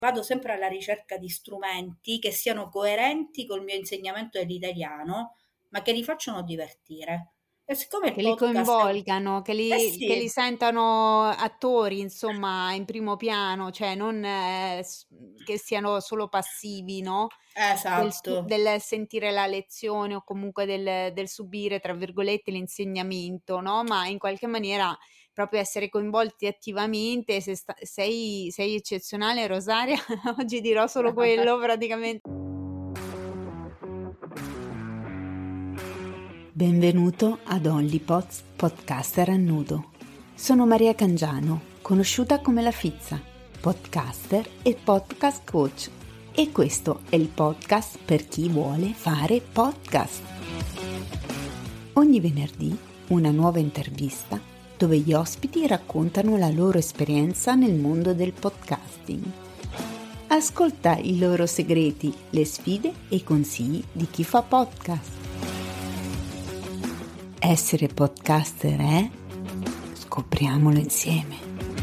Vado sempre alla ricerca di strumenti che siano coerenti col mio insegnamento dell'italiano, ma che li facciano divertire. E siccome il Che li podcast è un coinvolgano, che eh che li sì, sentano attori, insomma, in primo piano, cioè non che siano solo passivi, no, esatto. del sentire la lezione o comunque del "subire", tra virgolette, l'insegnamento, no, ma in qualche maniera proprio essere coinvolti attivamente. Sei eccezionale Rosaria, oggi dirò solo quello praticamen Benvenuto ad OnlyPods Podcaster a nudo. Sono Maria Cangiano, conosciuta come La Fizza, podcaster e podcast coach. E questo è il podcast per chi vuole fare podcast. Ogni venerdì una nuova intervista dove gli ospiti raccontano la loro esperienza nel mondo del podcasting. Ascolta i loro segreti, le sfide e i consigli di chi fa podcast. Essere podcaster è? Scopriamolo insieme.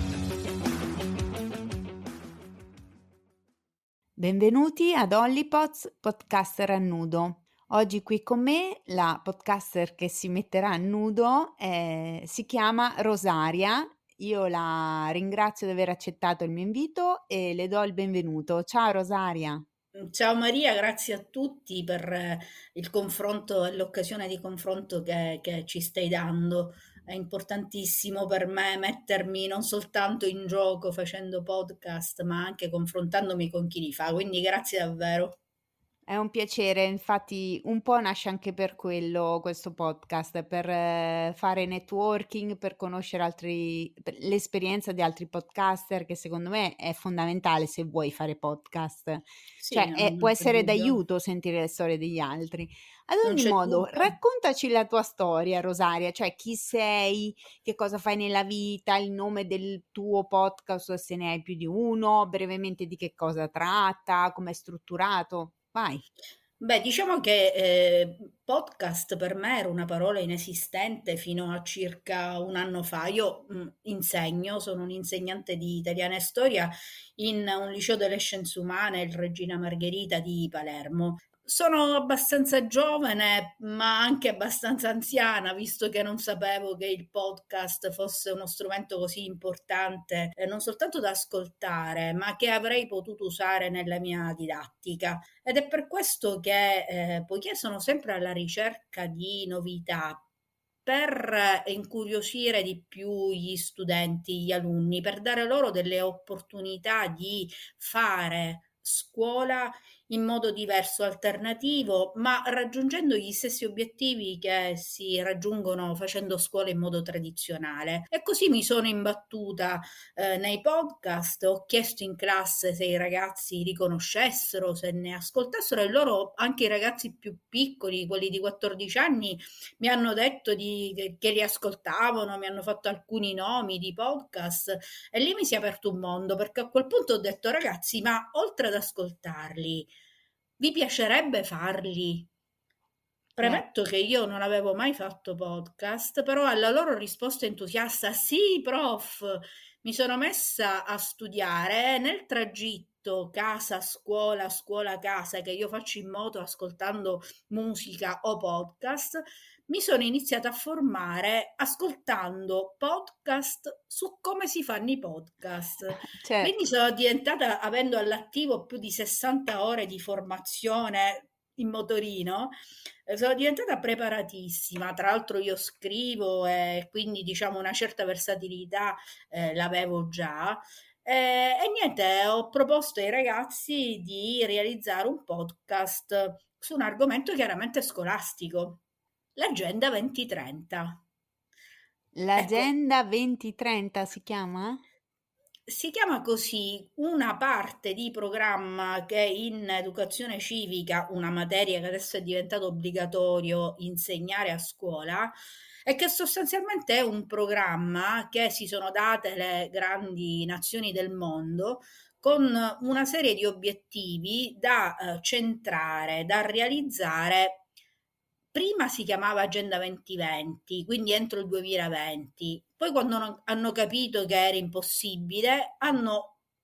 Benvenuti ad OnlyPods Podcaster a nudo. Oggi qui con me la podcaster che si metterà a nudo si chiama Rosaria. Io la ringrazio di aver accettato il mio invito e le do il benvenuto. Ciao Rosaria. Ciao Maria, grazie a tutti per il confronto e l'occasione di confronto che ci stai dando. È importantissimo per me mettermi non soltanto in gioco facendo podcast, ma anche confrontandomi con chi li fa, quindi grazie davvero. È un piacere, infatti un po' nasce anche per quello questo podcast, per fare networking, per conoscere l'esperienza di altri podcaster che secondo me è fondamentale se vuoi fare podcast. Sì, Cioè può non c'è essere dubbio, d'aiuto sentire le storie degli altri. Ad non ogni c'è modo, dubbio. raccontaci la tua storia, Rosaria, cioè chi sei, che cosa fai nella vita, il nome del tuo podcast, se ne hai più di uno, brevemente di che cosa tratta, com'è strutturato. Vai. Beh, diciamo che podcast per me era una parola inesistente fino a circa un anno fa. Io insegno, sono un insegnante di italiano e storia in un liceo delle scienze umane, il Regina Margherita di Palermo. Sono abbastanza giovane, ma anche abbastanza anziana, visto che non sapevo che il podcast fosse uno strumento così importante, non soltanto da ascoltare, ma che avrei potuto usare nella mia didattica. Ed è per questo che, poiché sono sempre alla ricerca di novità, per incuriosire di più gli studenti, gli alunni, per dare loro delle opportunità di fare scuola in modo diverso, alternativo, ma raggiungendo gli stessi obiettivi che si raggiungono facendo scuola in modo tradizionale. E così mi sono imbattuta nei podcast, ho chiesto in classe se i ragazzi li conoscessero, se ne ascoltassero e loro, anche i ragazzi più piccoli, quelli di 14 anni, mi hanno detto che li ascoltavano, mi hanno fatto alcuni nomi di podcast e lì mi si è aperto un mondo perché a quel punto ho detto ragazzi, ma oltre ad ascoltarli, vi piacerebbe farli? Eh. Premetto che io non avevo mai fatto podcast, però alla loro risposta entusiasta, sì, prof, mi sono messa a studiare e nel tragitto casa, scuola, scuola, casa che io faccio in moto ascoltando musica o podcast, mi sono iniziata a formare ascoltando podcast su come si fanno i podcast. Quindi Certo. sono diventata, avendo all'attivo più di 60 ore di formazione in motorino, sono diventata preparatissima. Tra l'altro io scrivo e quindi diciamo una certa versatilità l'avevo già. E niente, ho proposto ai ragazzi di realizzare un podcast su un argomento chiaramente scolastico, l'Agenda 2030. Ecco, L'Agenda 2030 si chiama? si chiama così una parte di programma che in educazione civica, una materia che adesso è diventato obbligatorio insegnare a scuola, e che sostanzialmente è un programma che si sono date le grandi nazioni del mondo con una serie di obiettivi da centrare, da realizzare. Prima si chiamava Agenda 2020, quindi entro il 2020. Poi quando hanno capito che era impossibile, hanno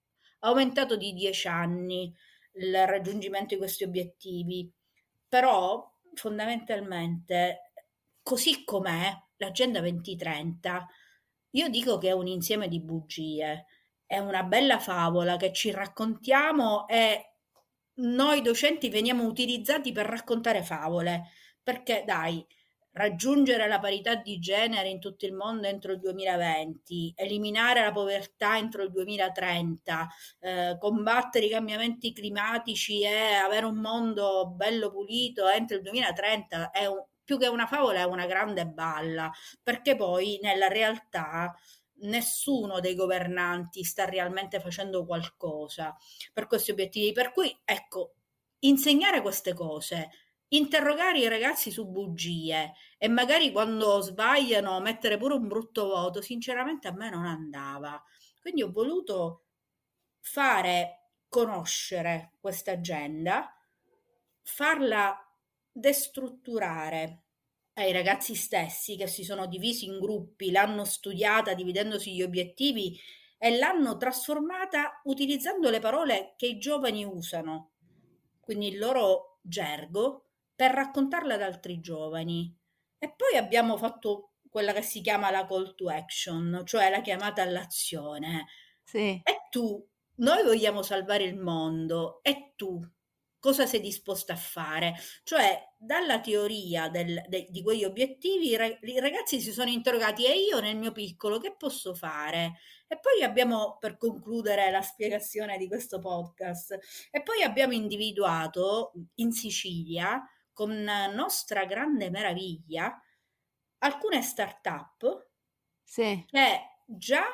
aumentato di 10 anni il raggiungimento di questi obiettivi, però fondamentalmente, così com'è l'Agenda 2030, io dico che è un insieme di bugie, è una bella favola che ci raccontiamo e noi docenti veniamo utilizzati per raccontare favole, perché dai, raggiungere la parità di genere in tutto il mondo entro il 2020, eliminare la povertà entro il 2030, combattere i cambiamenti climatici e avere un mondo bello pulito entro il 2030 più che una favola è una grande balla, perché poi nella realtà nessuno dei governanti sta realmente facendo qualcosa per questi obiettivi. Per cui, ecco, insegnare queste cose, interrogare i ragazzi su bugie e magari quando sbagliano mettere pure un brutto voto, sinceramente a me non andava. Quindi ho voluto fare conoscere questa agenda, farla destrutturare ai ragazzi stessi che si sono divisi in gruppi, l'hanno studiata dividendosi gli obiettivi e l'hanno trasformata utilizzando le parole che i giovani usano, quindi il loro gergo, per raccontarla ad altri giovani. E poi abbiamo fatto quella che si chiama la call to action, cioè la chiamata all'azione. Sì. E tu, noi vogliamo salvare il mondo, e tu cosa sei disposta a fare? Cioè, dalla teoria di quegli obiettivi, i ragazzi si sono interrogati, e io nel mio piccolo che posso fare? E poi abbiamo, per concludere la spiegazione di questo podcast, e poi abbiamo individuato in Sicilia, con nostra grande meraviglia, alcune start-up Sì, che già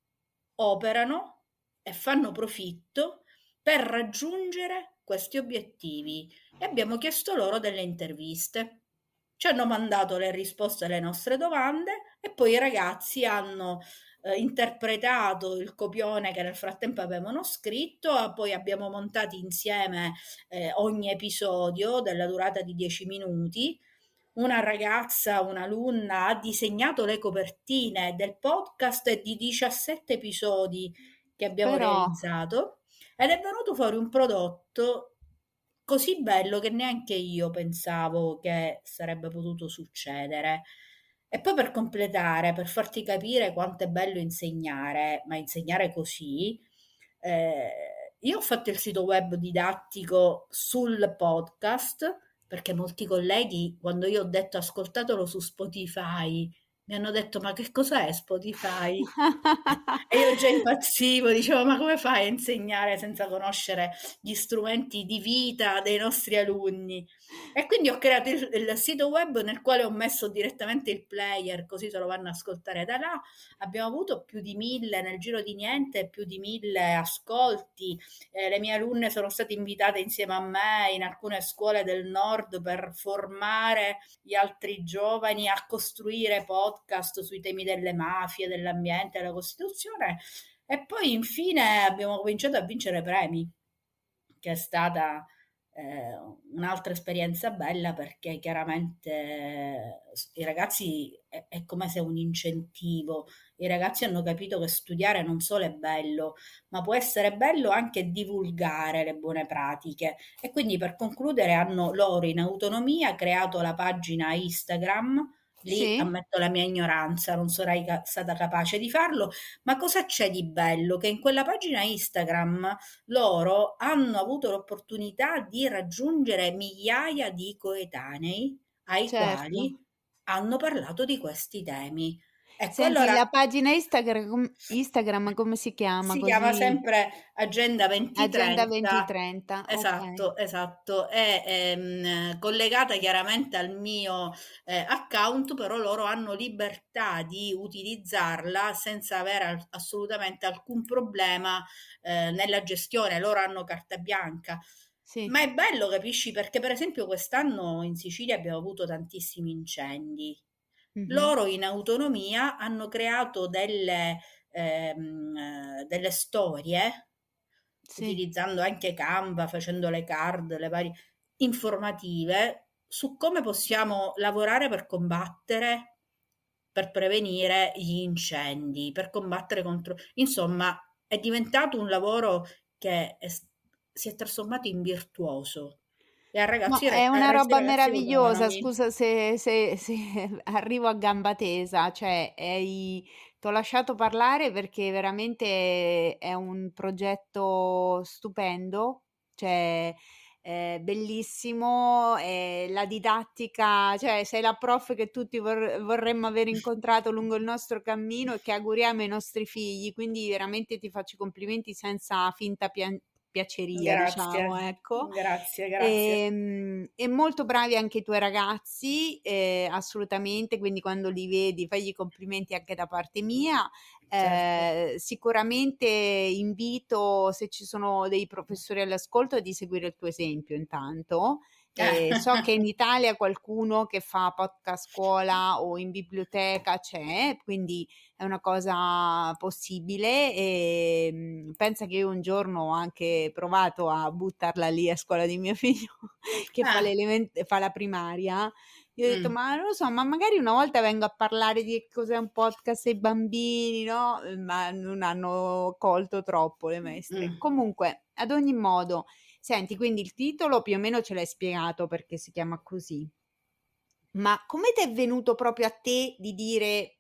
operano e fanno profitto per raggiungere questi obiettivi e abbiamo chiesto loro delle interviste. Ci hanno mandato le risposte alle nostre domande e poi i ragazzi hanno interpretato il copione che nel frattempo avevano scritto, poi abbiamo montato insieme ogni episodio della durata di 10 minuti. Una ragazza, un'alunna, ha disegnato le copertine del podcast e di 17 episodi che abbiamo però realizzato ed è venuto fuori un prodotto così bello che neanche io pensavo che sarebbe potuto succedere. E poi per completare, per farti capire quanto è bello insegnare, ma insegnare così, io ho fatto il sito web didattico sul podcast perché molti colleghi, quando io ho detto ascoltatelo su Spotify, mi hanno detto: "Ma che cos'è Spotify?" E io già impazzivo, dicevo: "Ma come fai a insegnare senza conoscere gli strumenti di vita dei nostri alunni?" E quindi ho creato il sito web nel quale ho messo direttamente il player, così se lo vanno a ascoltare da là. Abbiamo avuto più di 1000 nel giro di niente, più di 1000 ascolti. Le mie alunne sono state invitate insieme a me in alcune scuole del nord per formare gli altri giovani a costruire podcast sui temi delle mafie, dell'ambiente, della Costituzione e poi infine abbiamo cominciato a vincere premi, che è stata un'altra esperienza bella perché chiaramente i ragazzi è come se un incentivo, i ragazzi hanno capito che studiare non solo è bello, ma può essere bello anche divulgare le buone pratiche e quindi per concludere hanno loro in autonomia creato la pagina Instagram. Lì sì, ammetto la mia ignoranza, non sarei stata capace di farlo, ma cosa c'è di bello? Che in quella pagina Instagram loro hanno avuto l'opportunità di raggiungere migliaia di coetanei ai certo. quali hanno parlato di questi temi. Ecco, Senti, allora la pagina Instagram come si chiama? si chiama Così, sempre Agenda Agenda 2030. 2030, ok. Esatto, esatto. È collegata chiaramente al mio account, però loro hanno libertà di utilizzarla senza avere assolutamente alcun problema nella gestione. Loro hanno carta bianca. Sì, Ma è bello, capisci? Perché per esempio quest'anno in Sicilia abbiamo avuto tantissimi incendi. mhm, Loro in autonomia hanno creato delle storie, sì, utilizzando anche Canva, facendo le card, le varie informative su come possiamo lavorare per combattere, per prevenire gli incendi, per combattere contro... Insomma, è diventato un lavoro che si è trasformato in virtuoso. E a No, ragazzi, è ai una roba ragazzi meravigliosa, autonomi. scusa se arrivo a gamba tesa, cioè t'ho lasciato parlare perché veramente è un progetto stupendo, cioè bellissimo, la didattica, cioè sei la prof che tutti vorremmo aver incontrato lungo il nostro cammino e che auguriamo ai nostri figli, quindi veramente ti faccio i complimenti senza finta piaceria, diciamo, Grazie, ecco. grazie, grazie. E molto bravi anche i tuoi ragazzi, assolutamente, quindi quando li vedi fagli i complimenti anche da parte mia. Certo. Sicuramente invito, se ci sono dei professori all'ascolto, di seguire il tuo esempio intanto. So che in Italia qualcuno che fa podcast a scuola o in biblioteca c'è, quindi è una cosa possibile e pensa che io un giorno ho anche provato a buttarla lì a scuola di mio figlio che Ah, fa la primaria. Io ho detto, mm, ma non lo so, ma magari una volta vengo a parlare di che cos'è un podcast ai bambini, no? Ma non hanno colto troppo le maestre. mm. Comunque, ad ogni modo, senti, quindi il titolo più o meno ce l'hai spiegato perché si chiama così. Ma come t'è venuto proprio a te di dire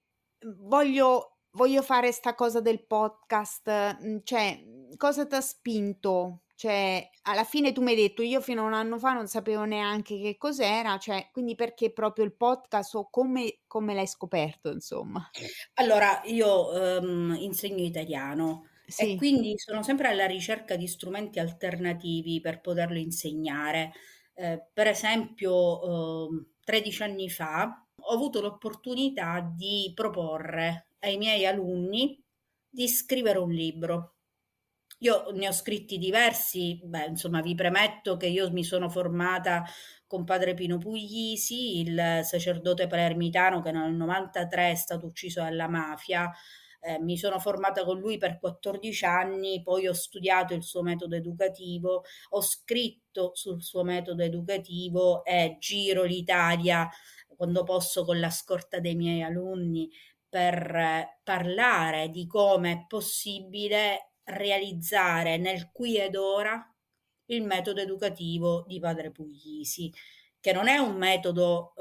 voglio fare sta cosa del podcast? Cioè, cosa t'ha spinto? Cioè, alla fine tu mi hai detto, io fino a un anno fa non sapevo neanche che cos'era, cioè, quindi perché proprio il podcast o come l'hai scoperto, insomma? Allora, io insegno italiano e Sì, quindi sono sempre alla ricerca di strumenti alternativi per poterlo insegnare. Per esempio, 13 anni fa ho avuto l'opportunità di proporre ai miei alunni di scrivere un libro. Io ne ho scritti diversi, beh, insomma, vi premetto che io mi sono formata con padre Pino Puglisi, il sacerdote palermitano che nel 93 è stato ucciso dalla mafia. Mi sono formata con lui per 14 anni, poi ho studiato il suo metodo educativo, ho scritto sul suo metodo educativo e giro l'Italia quando posso con la scorta dei miei alunni per parlare di come è possibile realizzare nel qui ed ora il metodo educativo di Padre Puglisi, che non è un metodo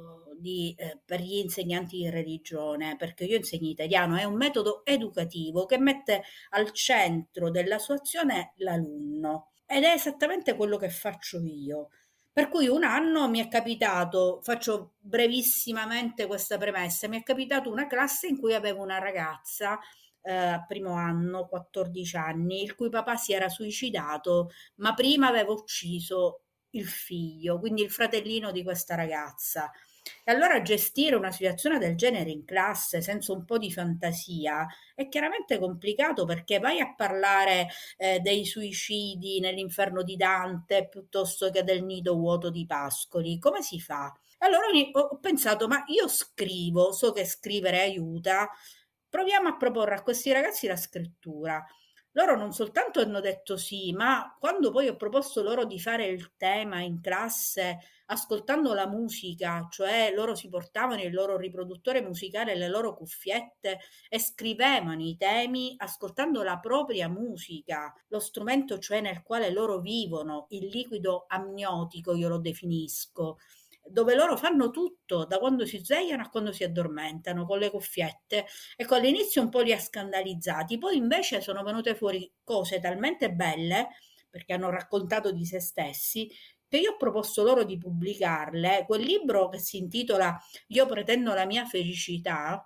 per gli insegnanti di religione, perché io insegno italiano, è un metodo educativo che mette al centro della sua azione l'alunno ed è esattamente quello che faccio io. Per cui un anno mi è capitato, faccio brevissimamente questa premessa, mi è capitato una classe in cui avevo una ragazza primo anno, 14 anni, il cui papà si era suicidato, ma prima aveva ucciso il figlio, quindi il fratellino di questa ragazza. E allora gestire una situazione del genere in classe senza un po' di fantasia è chiaramente complicato perché vai a parlare dei suicidi nell'inferno di Dante piuttosto che del nido vuoto di Pascoli. Come si fa? Allora ho pensato, ma io scrivo, so che scrivere aiuta, proviamo a proporre a questi ragazzi la scrittura. Loro non soltanto hanno detto sì, ma quando poi ho proposto loro di fare il tema in classe ascoltando la musica, cioè loro si portavano il loro riproduttore musicale e le loro cuffiette e scrivevano i temi ascoltando la propria musica, lo strumento cioè nel quale loro vivono, il liquido amniotico io lo definisco, dove loro fanno tutto, da quando si svegliano a quando si addormentano, con le cuffiette. Ecco, all'inizio un po' li ha scandalizzati, poi invece sono venute fuori cose talmente belle, perché hanno raccontato di se stessi, che io ho proposto loro di pubblicarle. Quel libro che si intitola Io pretendo la mia felicità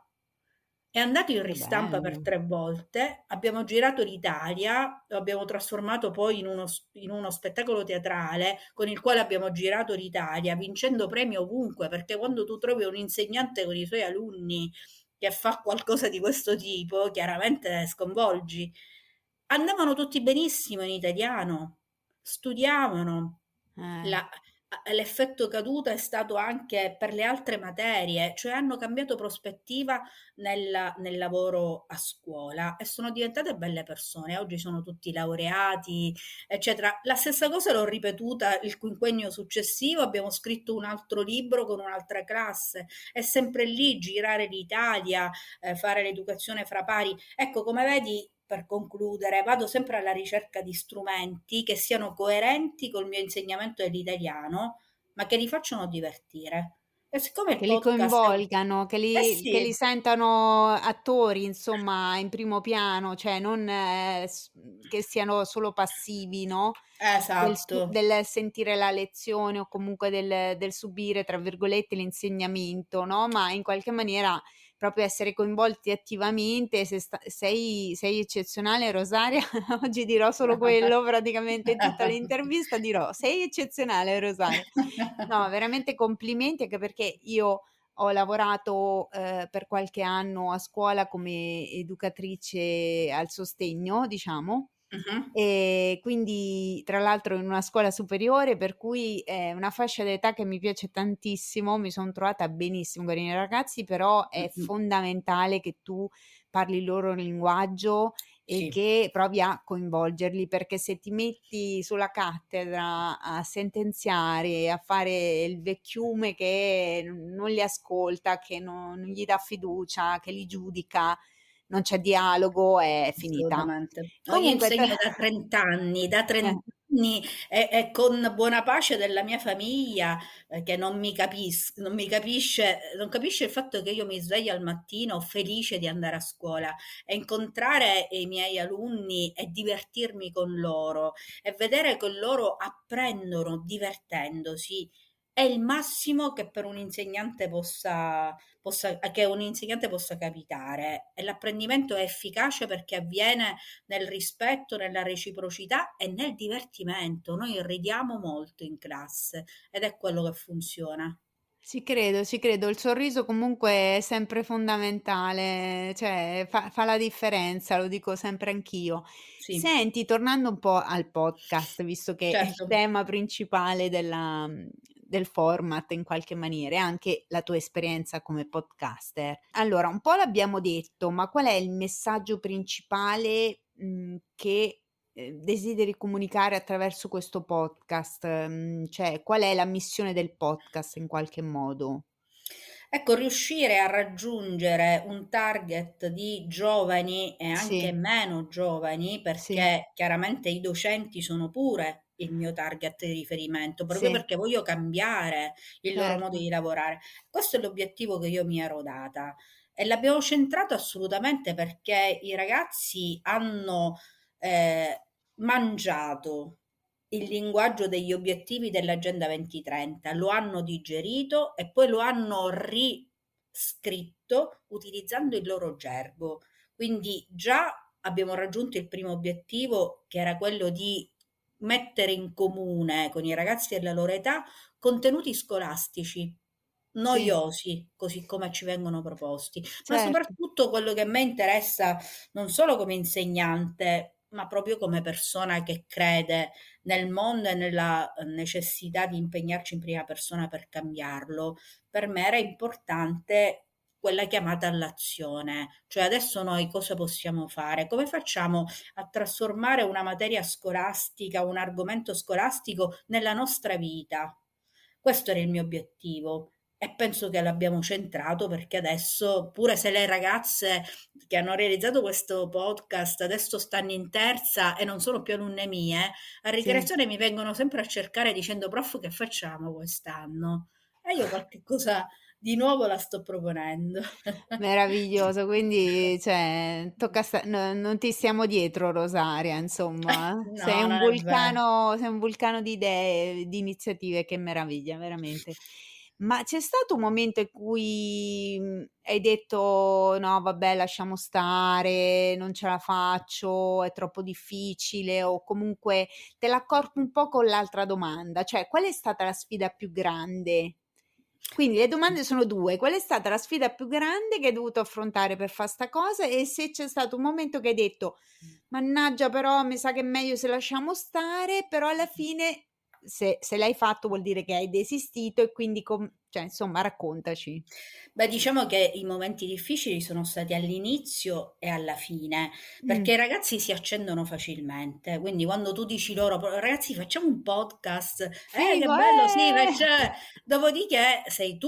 è andato in che ristampa per bello. 3 volte, abbiamo girato l'Italia, lo abbiamo trasformato poi in uno spettacolo teatrale con il quale abbiamo girato l'Italia, vincendo premi ovunque, perché quando tu trovi un insegnante con i suoi alunni che fa qualcosa di questo tipo, chiaramente sconvolgi. Andavano tutti benissimo in italiano, studiavano. Eh. La- L'effetto caduta è stato anche per le altre materie, cioè hanno cambiato prospettiva nel lavoro a scuola e sono diventate belle persone. Oggi sono tutti laureati, eccetera. La stessa cosa l'ho ripetuta il quinquennio successivo, abbiamo scritto un altro libro con un'altra classe. È sempre lì girare l'Italia, fare l'educazione fra pari. Ecco, come vedi, per concludere, vado sempre alla ricerca di strumenti che siano coerenti col mio insegnamento dell'italiano, ma che li facciano divertire. E siccome il Che li podcast è un... coinvolgano, Eh che li sì, sentano attori, insomma, in primo piano, cioè non che siano solo passivi, no? esatto, Del sentire la lezione o comunque del subire, tra virgolette, l'insegnamento, no? Ma in qualche maniera proprio essere coinvolti attivamente. Sei eccezionale, Rosaria. Oggi dirò solo quello, praticamente in tutta l'intervista dirò: sei eccezionale, Rosaria. No, veramente complimenti, anche perché io ho lavorato per qualche anno a scuola come educatrice al sostegno, diciamo, Mhm. e quindi tra l'altro in una scuola superiore, per cui è una fascia d'età che mi piace tantissimo, mi sono trovata benissimo con i ragazzi, però è Mm, fondamentale che tu parli il loro linguaggio e sì, che provi a coinvolgerli, perché se ti metti sulla cattedra a sentenziare, a fare il vecchiume che non li ascolta, che non gli dà fiducia, che li giudica, non c'è dialogo, è finita. assolutamente. No, io Comunque, insegno da 30 anni, eh, e con buona pace della mia famiglia, che non capisce il fatto che io mi sveglio al mattino felice di andare a scuola e incontrare i miei alunni e divertirmi con loro e vedere che loro apprendono divertendosi è il massimo che per un insegnante che un insegnante possa capitare. E l'apprendimento è efficace perché avviene nel rispetto, nella reciprocità e nel divertimento. Noi ridiamo molto in classe ed è quello che funziona. ci credo, il sorriso comunque è sempre fondamentale, cioè fa la differenza, lo dico sempre anch'io. Sì, Senti, tornando un po' al podcast, visto che è il certo. tema principale del format in qualche maniera, e anche la tua esperienza come podcaster. Allora, un po' l'abbiamo detto, ma qual è il messaggio principale, che desideri comunicare attraverso questo podcast? Cioè, qual è la missione del podcast in qualche modo? Ecco, riuscire a raggiungere un target di giovani e anche Sì, meno giovani, sì, perché chiaramente i docenti sono pure il mio target di riferimento, proprio sì, perché voglio cambiare il loro modo certo, di lavorare. Questo è l'obiettivo che io mi ero data e l'abbiamo centrato assolutamente perché i ragazzi hanno mangiato il linguaggio degli obiettivi dell'Agenda 2030, lo hanno digerito e poi lo hanno riscritto utilizzando il loro gergo. Quindi già abbiamo raggiunto il primo obiettivo, che era quello di mettere in comune con i ragazzi della loro età contenuti scolastici sì, noiosi, così come ci vengono proposti, ma certo. soprattutto quello che a me interessa non solo come insegnante, ma proprio come persona che crede nel mondo e nella necessità di impegnarci in prima persona per cambiarlo. Per me era importante quella chiamata all'azione, cioè adesso noi cosa possiamo fare? Come facciamo a trasformare una materia scolastica, un argomento scolastico nella nostra vita? Questo era il mio obiettivo e penso che l'abbiamo centrato perché adesso, pure se le ragazze che hanno realizzato questo podcast adesso stanno in terza e non sono più alunne mie, a Sì. ricreazione mi vengono sempre a cercare dicendo prof che facciamo quest'anno? E io qualche cosa di nuovo la sto proponendo. Meraviglioso, quindi cioè, non ti stiamo dietro, Rosaria, insomma. No, non è vero. Sei un vulcano di idee, di iniziative, che meraviglia, veramente. Ma c'è stato un momento in cui hai detto no, vabbè, lasciamo stare, non ce la faccio, è troppo difficile, o comunque te l'accorpo un po' con l'altra domanda, cioè qual è stata la sfida più grande? Quindi le domande sono due: qual è stata la sfida più grande che hai dovuto affrontare per fa' sta cosa, e se c'è stato un momento che hai detto: "Mannaggia, però mi sa che è meglio se lasciamo stare", però alla fine se l'hai fatto vuol dire che hai desistito, e quindi cioè insomma raccontaci. Beh, diciamo che i momenti difficili sono stati all'inizio e alla fine, Mh, perché i ragazzi si accendono facilmente. Quindi quando tu dici loro, ragazzi, facciamo un podcast, che figo, bello, sì, dopodiché sei tu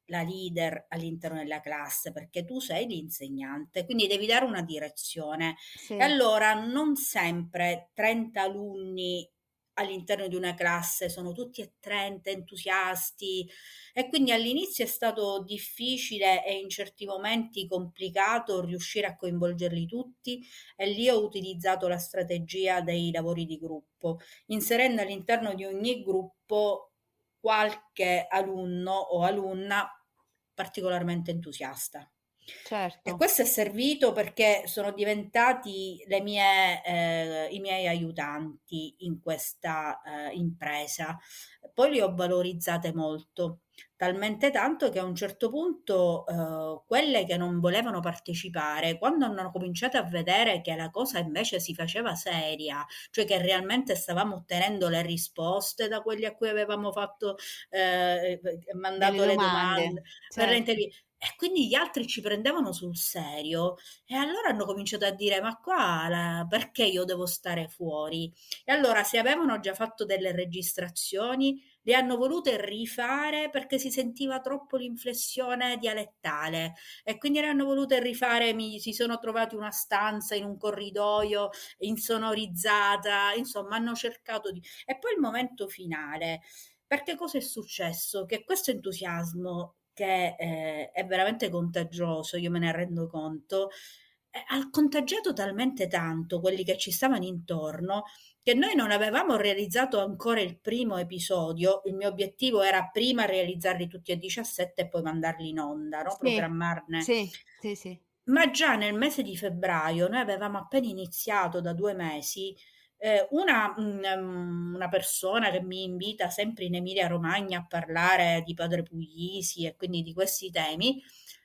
la leader all'interno della classe, perché tu sei l'insegnante, quindi devi dare una direzione. E Sì, allora non sempre 30 alunni all'interno di una classe sono tutti e 30 entusiasti, e quindi all'inizio è stato difficile e in certi momenti complicato riuscire a coinvolgerli tutti, e lì ho utilizzato la strategia dei lavori di gruppo, inserendo all'interno di ogni gruppo qualche alunno o alunna particolarmente entusiasta. E certo. questo è servito perché sono diventati i miei aiutanti in questa impresa. Poi li ho valorizzate molto, talmente tanto che a un certo punto quelle che non volevano partecipare, quando hanno cominciato a vedere che la cosa invece si faceva seria, cioè che realmente stavamo ottenendo le risposte da quelli a cui avevamo fatto, Delle mandato le domande domande, per le certo. interviste. E quindi gli altri ci prendevano sul serio, e allora hanno cominciato a dire: ma qua perché io devo stare fuori? E allora, se avevano già fatto delle registrazioni, le hanno volute rifare perché si sentiva troppo l'inflessione dialettale, e quindi le hanno volute rifare. Si sono trovati una stanza in un corridoio insonorizzata, insomma hanno cercato di... E poi il momento finale, perché cosa è successo? Che questo entusiasmo, che è veramente contagioso, io me ne rendo conto, ha contagiato talmente tanto quelli che ci stavano intorno, che noi non avevamo realizzato ancora il primo episodio. Il mio obiettivo era prima realizzarli tutti e 17 e poi mandarli in onda, no? Sì, Programmarne. sì, sì, sì. Ma già nel mese di febbraio noi avevamo appena iniziato da 2 mesi. Una persona che mi invita sempre in Emilia Romagna a parlare di Padre Puglisi e quindi di questi temi,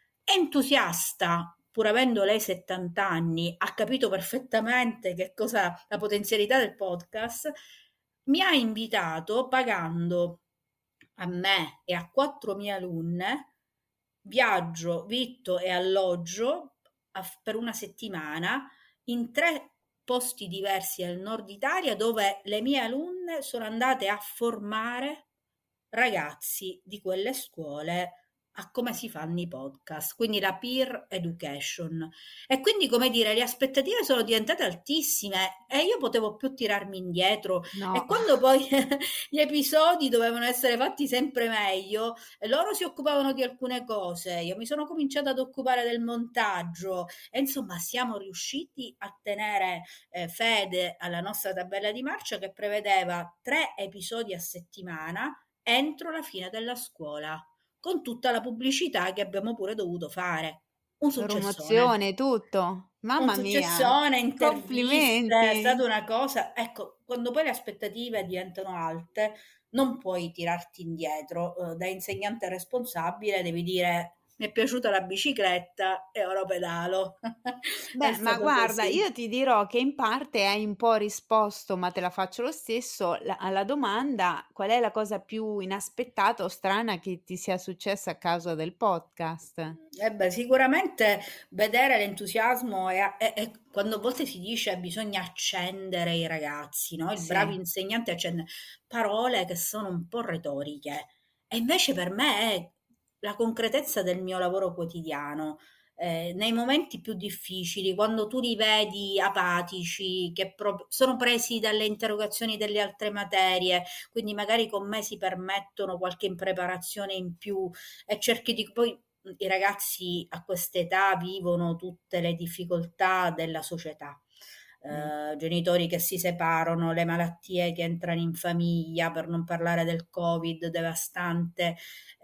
entusiasta, pur avendo lei 70 anni, ha capito perfettamente che cosa, la potenzialità del podcast, mi ha invitato pagando a me e a 4 mie alunne viaggio, vitto e alloggio per una settimana in 3 posti diversi al nord Italia, dove le mie alunne sono andate a formare ragazzi di quelle scuole a come si fanno i podcast, quindi la peer education. E quindi, come dire, le aspettative sono diventate altissime e io potevo più tirarmi indietro. E No, quando poi gli episodi dovevano essere fatti sempre meglio, e loro si occupavano di alcune cose, io mi sono cominciata ad occupare del montaggio, e insomma siamo riusciti a tenere fede alla nostra tabella di marcia, che prevedeva 3 episodi a settimana entro la fine della scuola, con tutta la pubblicità che abbiamo pure dovuto fare. Un successone. promozione, tutto. Un Mamma mia, successone, interviste, è stata complimenti. una cosa. Ecco, quando poi le aspettative diventano alte, non puoi tirarti indietro. Da insegnante responsabile devi dire: mi è piaciuta la bicicletta e ora pedalo. È Beh, ma stato guarda, così. io ti dirò che in parte hai un po' risposto, ma te la faccio lo stesso, alla domanda qual è la cosa più inaspettata o strana che ti sia successa a causa del podcast? Eh beh, sicuramente vedere l'entusiasmo quando a volte si dice bisogna accendere i ragazzi, no? Il bravo Sì, insegnante accende parole che sono un po' retoriche, e invece per me è la concretezza del mio lavoro quotidiano. Nei momenti più difficili, quando tu li vedi apatici, che sono presi dalle interrogazioni delle altre materie, quindi magari con me si permettono qualche impreparazione in più, e cerchi di poi... I ragazzi a quest'età vivono tutte le difficoltà della società. mh, Genitori che si separano, le malattie che entrano in famiglia, per non parlare del Covid devastante,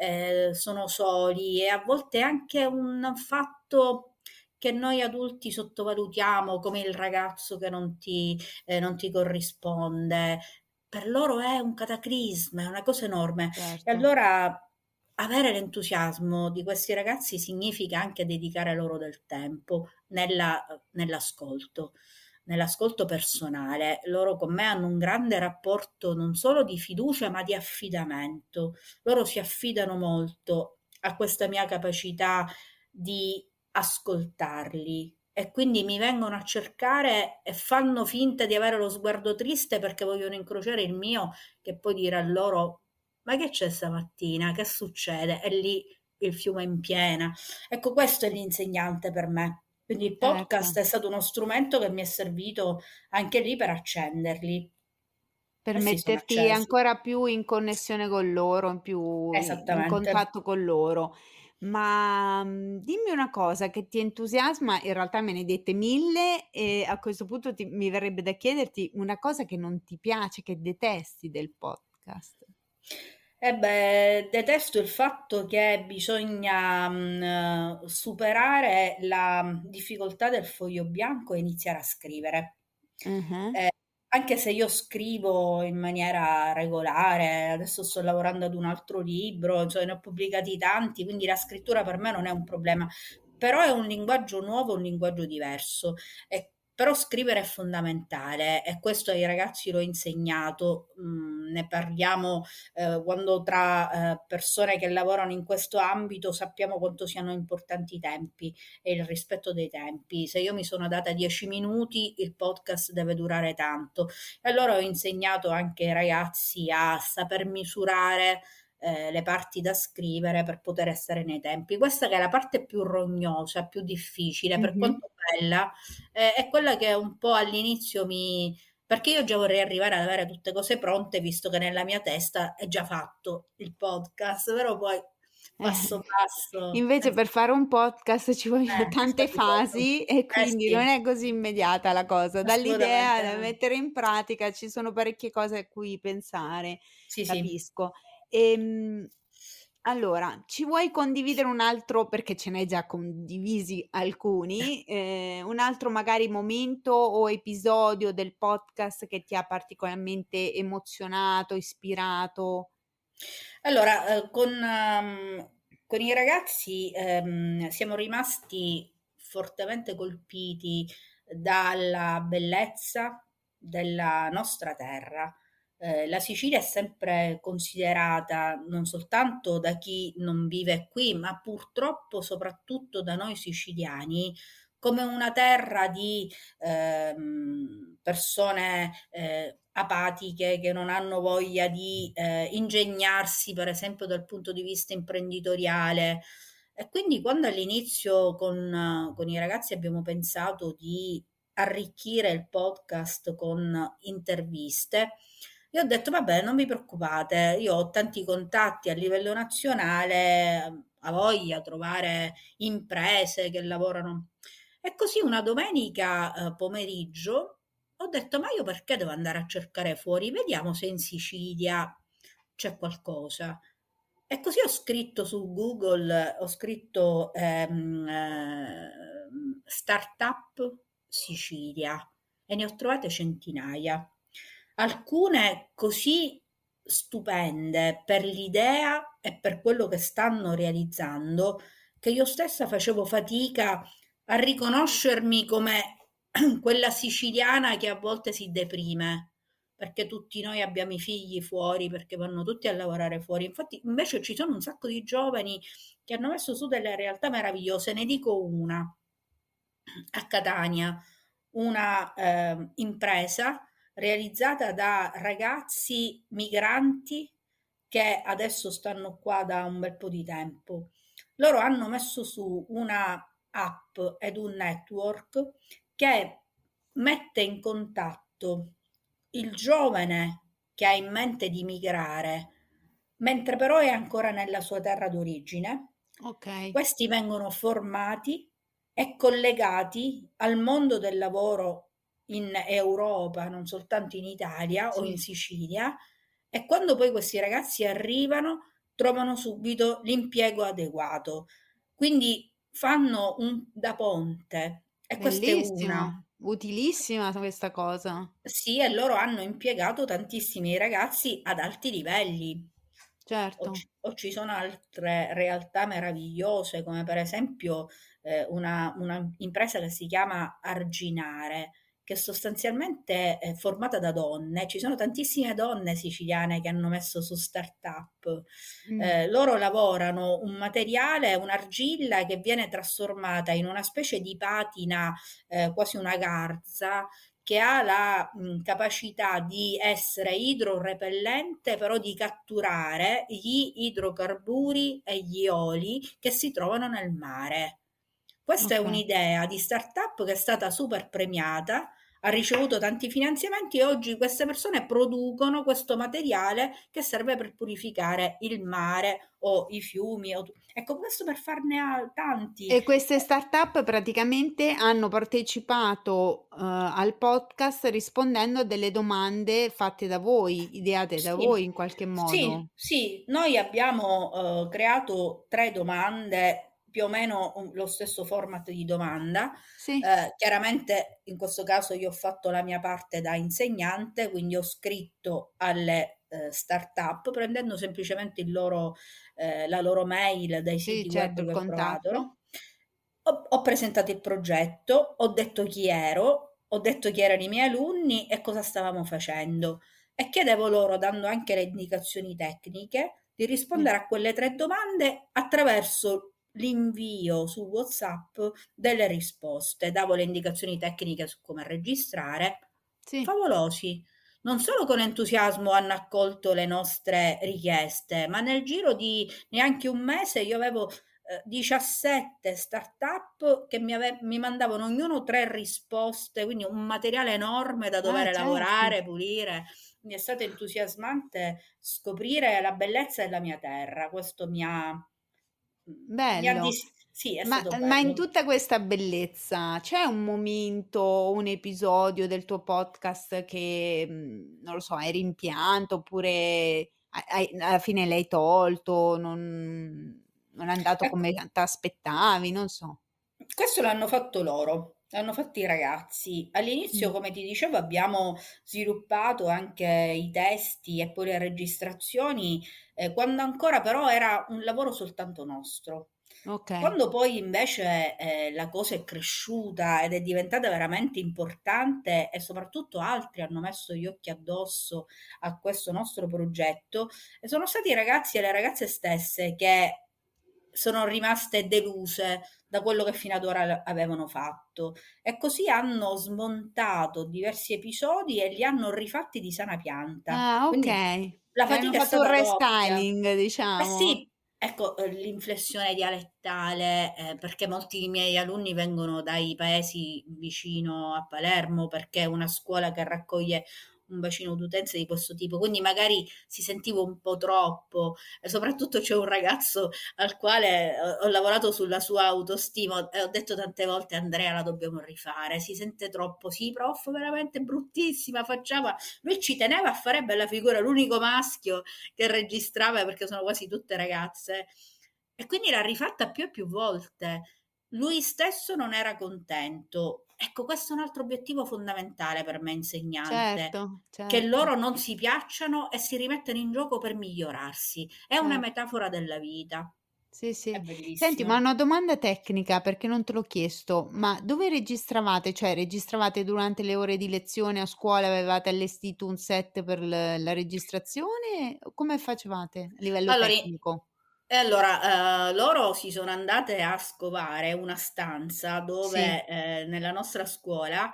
sono soli, e a volte anche un fatto che noi adulti sottovalutiamo, come il ragazzo che non ti corrisponde. Per loro è un cataclisma, è una cosa enorme. E certo. allora avere l'entusiasmo di questi ragazzi significa anche dedicare loro del tempo nell'ascolto, nell'ascolto personale. Loro con me hanno un grande rapporto non solo di fiducia, ma di affidamento. Loro si affidano molto a questa mia capacità di ascoltarli, e quindi mi vengono a cercare e fanno finta di avere lo sguardo triste perché vogliono incrociare il mio, che poi dirà loro: ma che c'è stamattina? Che succede? E lì il fiume in piena. Ecco, questo è l'insegnante per me. Quindi il podcast certo. è stato uno strumento che mi è servito anche lì per accenderli. Per Eh sì, sono metterti accesi. ancora più in connessione con loro, in più in Esattamente. contatto con loro. Ma, dimmi una cosa che ti entusiasma, in realtà me ne hai dette 1000 e a questo punto mi verrebbe da chiederti una cosa che non ti piace, che detesti del podcast. Eh beh, detesto il fatto che bisogna superare la difficoltà del foglio bianco e iniziare a scrivere. Ah-ah. Eh, Anche se io scrivo in maniera regolare, adesso sto lavorando ad un altro libro, insomma, ne ho pubblicati tanti, quindi la scrittura per me non è un problema, però è un linguaggio nuovo, un linguaggio diverso. Però scrivere è fondamentale e questo ai ragazzi l'ho insegnato, ne parliamo quando tra persone che lavorano in questo ambito sappiamo quanto siano importanti i tempi e il rispetto dei tempi. Se io mi sono data 10 minuti, il podcast deve durare tanto. E allora ho insegnato anche ai ragazzi a saper misurare le parti da scrivere per poter essere nei tempi. Questa che è la parte più rognosa, più difficile, per Mh-mh. quanto bella, è quella che un po' all'inizio perché io già vorrei arrivare ad avere tutte cose pronte, visto che nella mia testa è già fatto il podcast, però poi passo passo, Invece per fare un podcast ci vogliono è tante faticoso. fasi e quindi non Sì, è così immediata la cosa. Dall'idea assolutamente da no. mettere in pratica ci sono parecchie cose a cui pensare, Sì, sì. capisco. Ehm, allora, ci vuoi condividere un altro perché ce n'hai già condivisi alcuni, un altro magari momento o episodio del podcast che ti ha particolarmente emozionato, ispirato? Allora, con i ragazzi, siamo rimasti fortemente colpiti dalla bellezza della nostra terra. La Sicilia è sempre considerata non soltanto da chi non vive qui, ma purtroppo soprattutto da noi siciliani, come una terra di persone apatiche che non hanno voglia di ingegnarsi, per esempio, dal punto di vista imprenditoriale. E quindi quando all'inizio con i ragazzi abbiamo pensato di arricchire il podcast con interviste, io ho detto, vabbè, non vi preoccupate, io ho tanti contatti a livello nazionale, a voglia trovare imprese che lavorano. E così una domenica pomeriggio ho detto, ma io perché devo andare a cercare fuori? Vediamo se in Sicilia c'è qualcosa. E così ho scritto su Google, ho scritto Startup Sicilia e ne ho trovate centinaia. Alcune così stupende per l'idea e per quello che stanno realizzando, che io stessa facevo fatica a riconoscermi come quella siciliana che a volte si deprime perché tutti noi abbiamo i figli fuori, perché vanno tutti a lavorare fuori. Infatti, invece ci sono un sacco di giovani che hanno messo su delle realtà meravigliose. Ne dico una a Catania, una impresa realizzata da ragazzi migranti che adesso stanno qua da un bel po' di tempo. Loro hanno messo su una app ed un network che mette in contatto il giovane che ha in mente di migrare, mentre però è ancora nella sua terra d'origine. Okay, Questi vengono formati e collegati al mondo del lavoro in Europa, non soltanto in Italia o in sì. Sicilia, e quando poi questi ragazzi arrivano trovano subito l'impiego adeguato. Quindi fanno da ponte e questa è una. Bellissimo, utilissima questa cosa. Sì, e loro hanno impiegato tantissimi ragazzi ad alti livelli. Certo, O ci sono altre realtà meravigliose, come per esempio una impresa che si chiama Arginare, che sostanzialmente è formata da donne. Ci sono tantissime donne siciliane che hanno messo su startup. mh, Loro lavorano un materiale, un'argilla che viene trasformata in una specie di patina, quasi una garza, che ha la capacità di essere idrorepellente, però di catturare gli idrocarburi e gli oli che si trovano nel mare. Questa è Ok. un'idea di startup che è stata super premiata, ha ricevuto tanti finanziamenti e oggi queste persone producono questo materiale che serve per purificare il mare o i fiumi. Ecco, questo per farne tanti. E queste startup praticamente hanno partecipato al podcast rispondendo a delle domande fatte da voi, ideate da Sì, voi in qualche sì, modo. sì, noi abbiamo creato 3 domande, più o meno lo stesso format di domanda. Sì, Chiaramente in questo caso io ho fatto la mia parte da insegnante, quindi ho scritto alle start-up prendendo semplicemente la loro mail dai sì, siti certo, web il che ho trovato, contatto. no? Ho presentato il progetto, ho detto chi ero, ho detto chi erano i miei alunni e cosa stavamo facendo e chiedevo loro, dando anche le indicazioni tecniche, di Sì, rispondere a quelle 3 domande attraverso l'invio su WhatsApp delle risposte. Davo le indicazioni tecniche su come registrare. sì. Favolosi. Non solo con entusiasmo hanno accolto le nostre richieste, ma nel giro di neanche un mese io avevo 17 start-up che mi mandavano ognuno 3 risposte, quindi un materiale enorme da Ah, dover certo. lavorare, pulire. Mi è stato entusiasmante scoprire la bellezza della mia terra. Questo Bello. sì, è Ma, stato ma in bello. tutta questa bellezza c'è un momento, un episodio del tuo podcast che, non lo so, hai rimpianto oppure alla fine l'hai tolto, non è andato Ecco, come ti aspettavi, non so. questo l'hanno fatto loro, l'hanno fatto i ragazzi. All'inizio, Mm, come ti dicevo, abbiamo sviluppato anche i testi e poi le registrazioni, quando ancora però era un lavoro soltanto nostro. ok, Quando poi invece la cosa è cresciuta ed è diventata veramente importante e soprattutto altri hanno messo gli occhi addosso a questo nostro progetto, e sono stati i ragazzi e le ragazze stesse che sono rimaste deluse da quello che fino ad ora avevano fatto e così hanno smontato diversi episodi e li hanno rifatti di sana pianta. ah, ok, Quindi la hanno fatica è fatto un stata doppia. restyling, Eh diciamo. sì, ecco, l'inflessione dialettale, perché molti miei alunni vengono dai paesi vicino a Palermo, perché è una scuola che raccoglie un bacino d'utenza di questo tipo, quindi magari si sentiva un po' troppo e soprattutto c'è un ragazzo al quale ho lavorato sulla sua autostima e ho detto tante volte Andrea la dobbiamo rifare, si sente troppo, sì prof, veramente bruttissima, facciamo, lui ci teneva a fare bella figura, l'unico maschio che registrava perché sono quasi tutte ragazze e quindi l'ha rifatta più e più volte. Lui stesso non era contento. Ecco, questo è un altro obiettivo fondamentale per me insegnante, Certo, che certo. loro non si piacciono e si rimettono in gioco per migliorarsi. È una Certo. metafora della vita. Sì, È sì. Senti, ma bellissimo. una domanda tecnica perché non te l'ho chiesto, ma dove registravate? Cioè, registravate durante le ore di lezione a scuola, avevate allestito un set per la registrazione? O come facevate a livello Allora, tecnico? loro si sono andate a scovare una stanza Sì, dove nella nostra scuola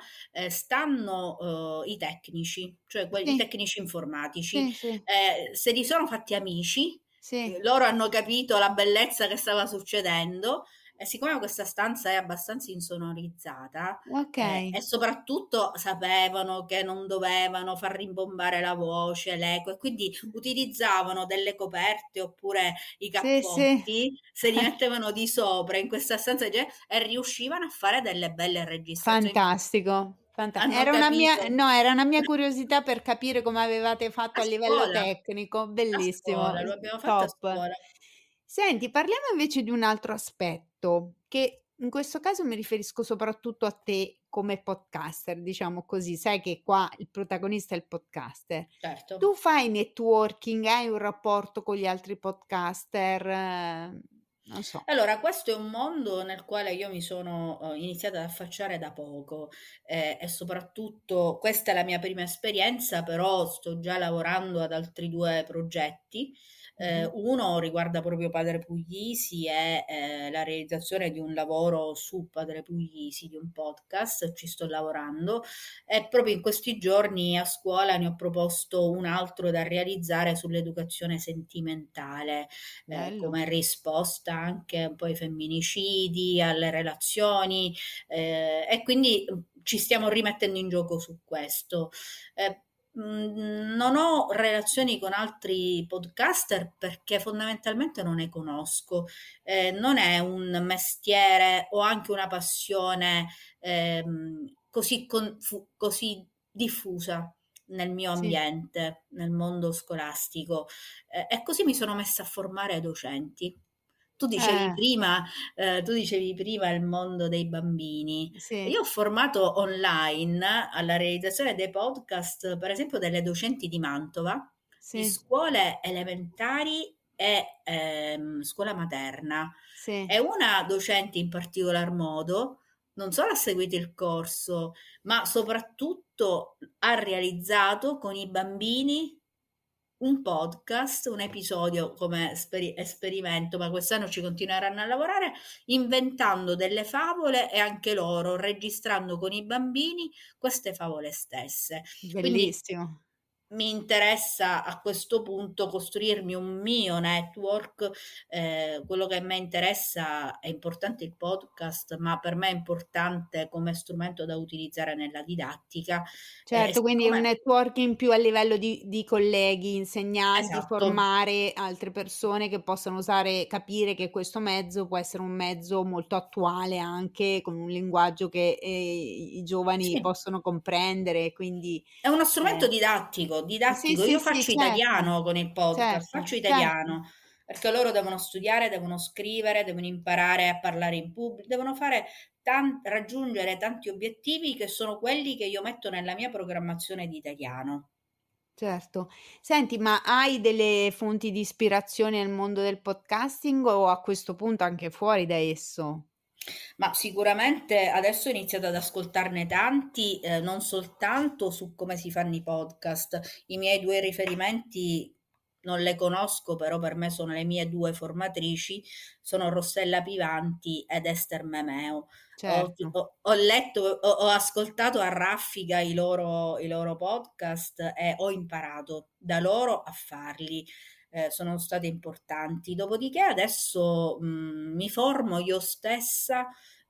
stanno i tecnici, cioè quelli sì, tecnici informatici. sì, sì, Se li sono fatti amici, sì. loro hanno capito la bellezza che stava succedendo e siccome questa stanza è abbastanza insonorizzata, Ok. e soprattutto sapevano che non dovevano far rimbombare la voce, l'eco, e quindi utilizzavano delle coperte oppure i Sì, sì. cappotti, se li mettevano di sopra in questa stanza e riuscivano a fare delle belle registrazioni. Fantastico. Hanno Era una mia, capito. no, era una mia curiosità per capire come avevate fatto A a livello scuola, tecnico. a Bellissimo, scuola, lo abbiamo fatto a top. scuola. Senti, parliamo invece di un altro aspetto, che in questo caso mi riferisco soprattutto a te come podcaster, diciamo così. Sai che qua il protagonista è il podcaster. Certo. Tu fai networking, hai un rapporto con gli altri podcaster? Non so. Allora, questo è un mondo nel quale io mi sono iniziata ad affacciare da poco, e soprattutto questa è la mia prima esperienza, però sto già lavorando ad altri due progetti. Mh-mh. Uno riguarda proprio Padre Puglisi e la realizzazione di un lavoro su Padre Puglisi, di un podcast, ci sto lavorando e proprio in questi giorni a scuola ne ho proposto un altro da realizzare sull'educazione sentimentale, Bello. come risposta anche un po' ai femminicidi, alle relazioni, e quindi ci stiamo rimettendo in gioco su questo. Non ho relazioni con altri podcaster perché fondamentalmente non ne conosco. Non è un mestiere o anche una passione così diffusa nel mio Sì. ambiente, nel mondo scolastico. E così mi sono messa a formare docenti. Tu dicevi Eh, prima, tu dicevi prima il mondo dei bambini. sì, Io ho formato online alla realizzazione dei podcast, per esempio, delle docenti di Mantova, di sì, scuole elementari e scuola materna. sì. E una docente in particolar modo non solo ha seguito il corso, ma soprattutto ha realizzato con i bambini un podcast, un episodio come esperimento, ma quest'anno ci continueranno a lavorare, inventando delle favole e anche loro registrando con i bambini queste favole stesse. Quindi Bellissimo. mi interessa a questo punto costruirmi un mio network, quello che a me interessa è importante il podcast, ma per me è importante come strumento da utilizzare nella didattica. Certo, quindi un Siccome networking più a livello di colleghi, insegnanti, esatto. formare altre persone che possano usare capire che questo mezzo può essere un mezzo molto attuale anche con un linguaggio che, i giovani Sì. possono comprendere, quindi, È uno strumento ehm didattico, sì, didattico. sì, Io sì, faccio certo, italiano con il podcast, certo, faccio certo. italiano, perché loro devono studiare, devono scrivere, devono imparare a parlare in pubblico, devono fare raggiungere tanti obiettivi che sono quelli che io metto nella mia programmazione di italiano. Certo. Senti, ma hai delle fonti di ispirazione nel mondo del podcasting o a questo punto anche fuori da esso? Ma sicuramente adesso ho iniziato ad ascoltarne tanti, non soltanto su come si fanno i podcast. I miei 2 riferimenti non le conosco, però per me sono le mie 2 formatrici, sono Rossella Pivanti ed Ester Memeo. Certo, Ho letto, ho ascoltato a raffica i loro podcast e ho imparato da loro a farli, sono state importanti. Dopodiché adesso mi formo io stessa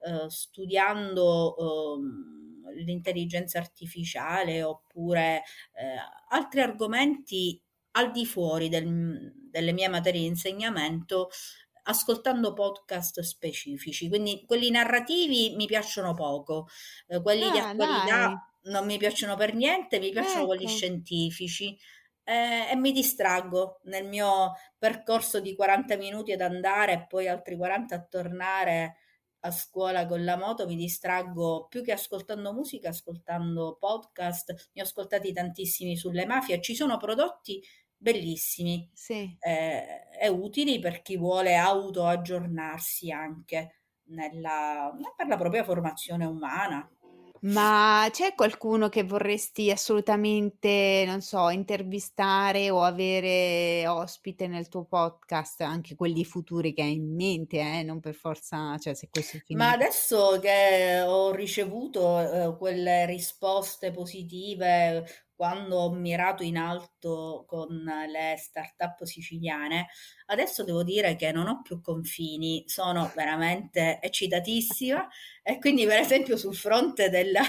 studiando l'intelligenza artificiale oppure altri argomenti al di fuori delle mie materie di insegnamento, ascoltando podcast specifici. Quindi quelli narrativi mi piacciono poco, quelli di dai, attualità non mi piacciono per niente, mi piacciono quelli ecco. scientifici. E mi distraggo nel mio percorso di 40 minuti ad andare e poi altri 40 a tornare a scuola con la moto, mi distraggo più che ascoltando musica, ascoltando podcast. Ne ho ascoltati tantissimi sulle mafie. Ci sono prodotti bellissimi Sì. e utili per chi vuole autoaggiornarsi anche per la propria formazione umana. Ma c'è qualcuno che vorresti assolutamente, non so, intervistare o avere ospite nel tuo podcast, anche quelli futuri che hai in mente, non per forza cioè se questo è Ma finito. adesso che ho ricevuto, quelle risposte positive quando ho mirato in alto con le start-up siciliane, adesso devo dire che non ho più confini, sono veramente eccitatissima e quindi per esempio sul fronte